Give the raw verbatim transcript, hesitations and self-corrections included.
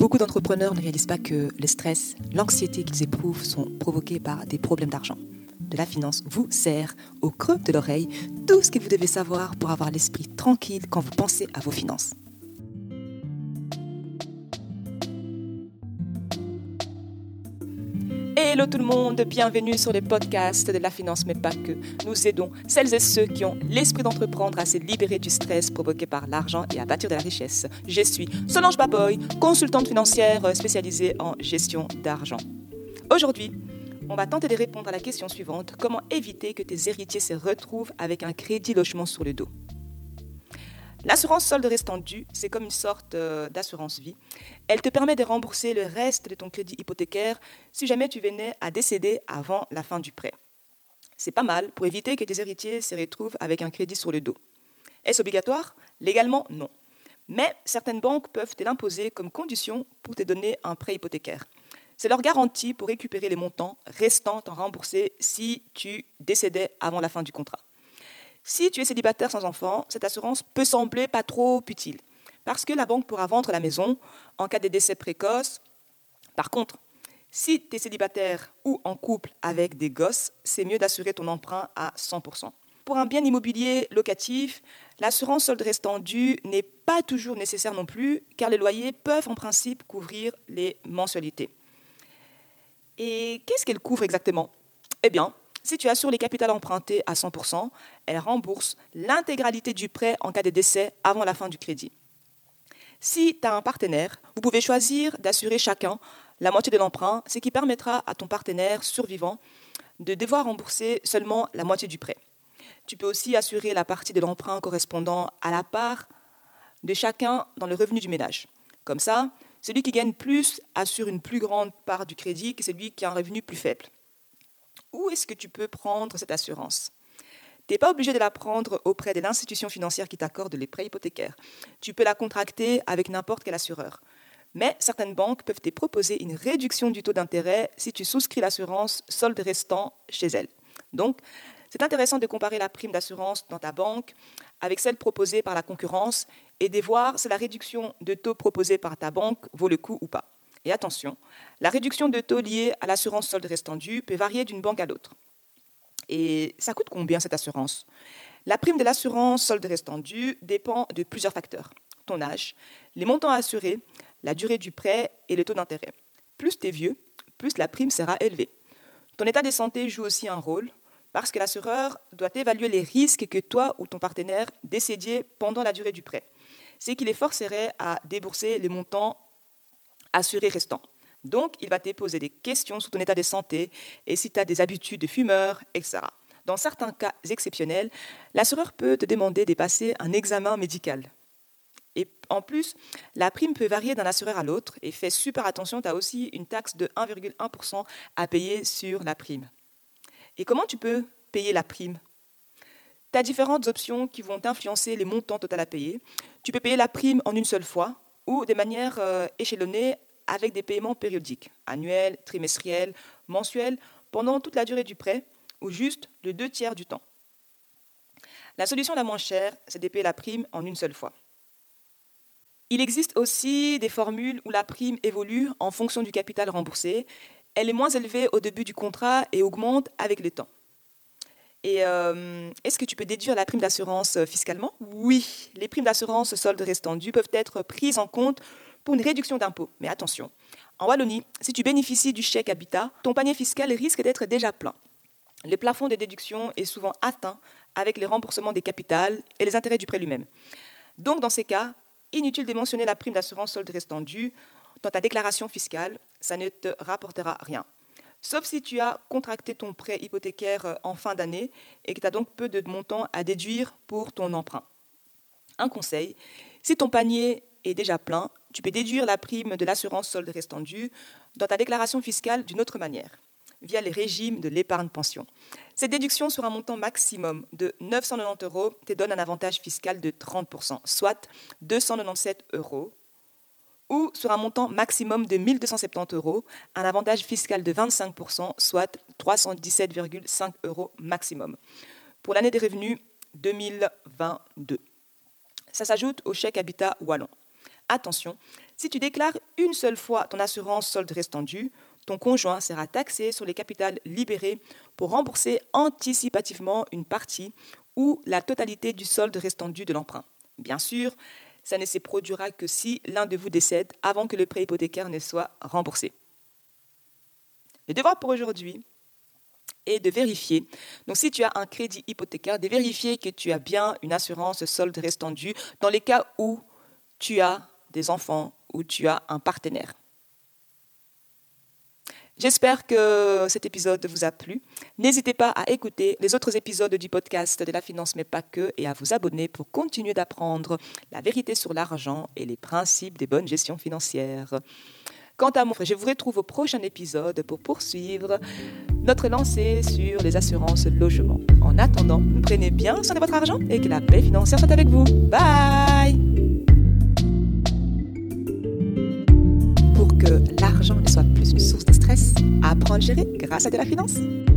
Beaucoup d'entrepreneurs ne réalisent pas que le stress, l'anxiété qu'ils éprouvent sont provoqués par des problèmes d'argent. De la finance vous sert au creux de l'oreille tout ce que vous devez savoir pour avoir l'esprit tranquille quand vous pensez à vos finances. Hello tout le monde, bienvenue sur les podcasts de la finance, mais pas que. Nous aidons celles et ceux qui ont l'esprit d'entreprendre à se libérer du stress provoqué par l'argent et à bâtir de la richesse. Je suis Solange Baboy, consultante financière spécialisée en gestion d'argent. Aujourd'hui, on va tenter de répondre à la question suivante. Comment éviter que tes héritiers se retrouvent avec un crédit logement sur le dos ? L'assurance solde restant due, c'est comme une sorte euh, d'assurance vie. Elle te permet de rembourser le reste de ton crédit hypothécaire si jamais tu venais à décéder avant la fin du prêt. C'est pas mal pour éviter que tes héritiers se retrouvent avec un crédit sur le dos. Est-ce obligatoire ? Légalement, non. Mais certaines banques peuvent te l'imposer comme condition pour te donner un prêt hypothécaire. C'est leur garantie pour récupérer les montants restants à rembourser si tu décédais avant la fin du contrat. Si tu es célibataire sans enfant, cette assurance peut sembler pas trop utile, parce que la banque pourra vendre la maison en cas de décès précoce. Par contre, si tu es célibataire ou en couple avec des gosses, c'est mieux d'assurer ton emprunt à cent pour cent. Pour un bien immobilier locatif, l'assurance solde restant due n'est pas toujours nécessaire non plus, car les loyers peuvent en principe couvrir les mensualités. Et qu'est-ce qu'elle couvre exactement ? Eh bien, si tu assures les capitales empruntées à cent pour cent, elle rembourse l'intégralité du prêt en cas de décès avant la fin du crédit. Si tu as un partenaire, vous pouvez choisir d'assurer chacun la moitié de l'emprunt, ce qui permettra à ton partenaire survivant de devoir rembourser seulement la moitié du prêt. Tu peux aussi assurer la partie de l'emprunt correspondant à la part de chacun dans le revenu du ménage. Comme ça, celui qui gagne plus assure une plus grande part du crédit que celui qui a un revenu plus faible. Où est-ce que tu peux prendre cette assurance ? Tu n'es pas obligé de la prendre auprès de l'institution financière qui t'accorde les prêts hypothécaires. Tu peux la contracter avec n'importe quel assureur. Mais certaines banques peuvent te proposer une réduction du taux d'intérêt si tu souscris l'assurance solde restant chez elles. Donc, c'est intéressant de comparer la prime d'assurance dans ta banque avec celle proposée par la concurrence et de voir si la réduction de taux proposée par ta banque vaut le coup ou pas. Et attention, la réduction de taux liée à l'assurance solde restant due peut varier d'une banque à l'autre. Et ça coûte combien cette assurance ? La prime de l'assurance solde restant due dépend de plusieurs facteurs. Ton âge, les montants assurés, la durée du prêt et le taux d'intérêt. Plus tu es vieux, plus la prime sera élevée. Ton état de santé joue aussi un rôle parce que l'assureur doit évaluer les risques que toi ou ton partenaire décédiez pendant la durée du prêt. C'est qui les forcerait à débourser les montants assurés restants. Donc, il va te poser des questions sur ton état de santé et si tu as des habitudes de fumeur, et cetera. Dans certains cas exceptionnels, l'assureur peut te demander de passer un examen médical. Et en plus, la prime peut varier d'un assureur à l'autre et fais super attention, tu as aussi une taxe de un virgule un pour cent à payer sur la prime. Et comment tu peux payer la prime ? Tu as différentes options qui vont influencer les montants total à payer. Tu peux payer la prime en une seule fois ou de manière euh, échelonnée avec des paiements périodiques, annuels, trimestriels, mensuels, pendant toute la durée du prêt ou juste le deux tiers du temps. La solution la moins chère, c'est de payer la prime en une seule fois. Il existe aussi des formules où la prime évolue en fonction du capital remboursé. Elle est moins élevée au début du contrat et augmente avec le temps. Et euh, est-ce que tu peux déduire la prime d'assurance fiscalement ? Oui, les primes d'assurance solde restant due peuvent être prises en compte pour une réduction d'impôt. Mais attention, en Wallonie, si tu bénéficies du chèque habitat, ton panier fiscal risque d'être déjà plein. Le plafond de déduction est souvent atteint avec les remboursements des capitales et les intérêts du prêt lui-même. Donc, dans ces cas, inutile de mentionner la prime d'assurance solde restant due dans ta déclaration fiscale, ça ne te rapportera rien. Sauf si tu as contracté ton prêt hypothécaire en fin d'année et que tu as donc peu de montants à déduire pour ton emprunt. Un conseil, si ton panier est déjà plein, tu peux déduire la prime de l'assurance solde restant due dans ta déclaration fiscale d'une autre manière, via les régimes de l'épargne-pension. Cette déduction sur un montant maximum de neuf cent quatre-vingt-dix euros te donne un avantage fiscal de trente pour cent, soit deux cent quatre-vingt-dix-sept euros, ou sur un montant maximum de mille deux cent soixante-dix euros, un avantage fiscal de vingt-cinq pour cent, soit trois cent dix-sept virgule cinq euros maximum, pour l'année des revenus deux mille vingt-deux. Ça s'ajoute au chèque habitat wallon. Attention, Si tu déclares une seule fois ton assurance solde restant dû, ton conjoint sera taxé sur les capitals libérés pour rembourser anticipativement une partie ou la totalité du solde restant dû de l'emprunt. Bien sûr, ça ne se produira que si l'un de vous décède avant que le prêt hypothécaire ne soit remboursé. Le devoir pour aujourd'hui est de vérifier, donc si tu as un crédit hypothécaire, de vérifier que tu as bien une assurance solde restant dû dans les cas où tu as des enfants ou tu as un partenaire. J'espère que cet épisode vous a plu. N'hésitez pas à écouter les autres épisodes du podcast de la finance, mais pas que, et à vous abonner pour continuer d'apprendre la vérité sur l'argent et les principes des bonnes gestions financières. Quant à moi, je vous retrouve au prochain épisode pour poursuivre notre lancée sur les assurances logement. En attendant, prenez bien soin de votre argent et que la paix financière soit avec vous. Bye! Pour que l'argent ne soit plus une source de stress, apprends à le gérer grâce à de la finance.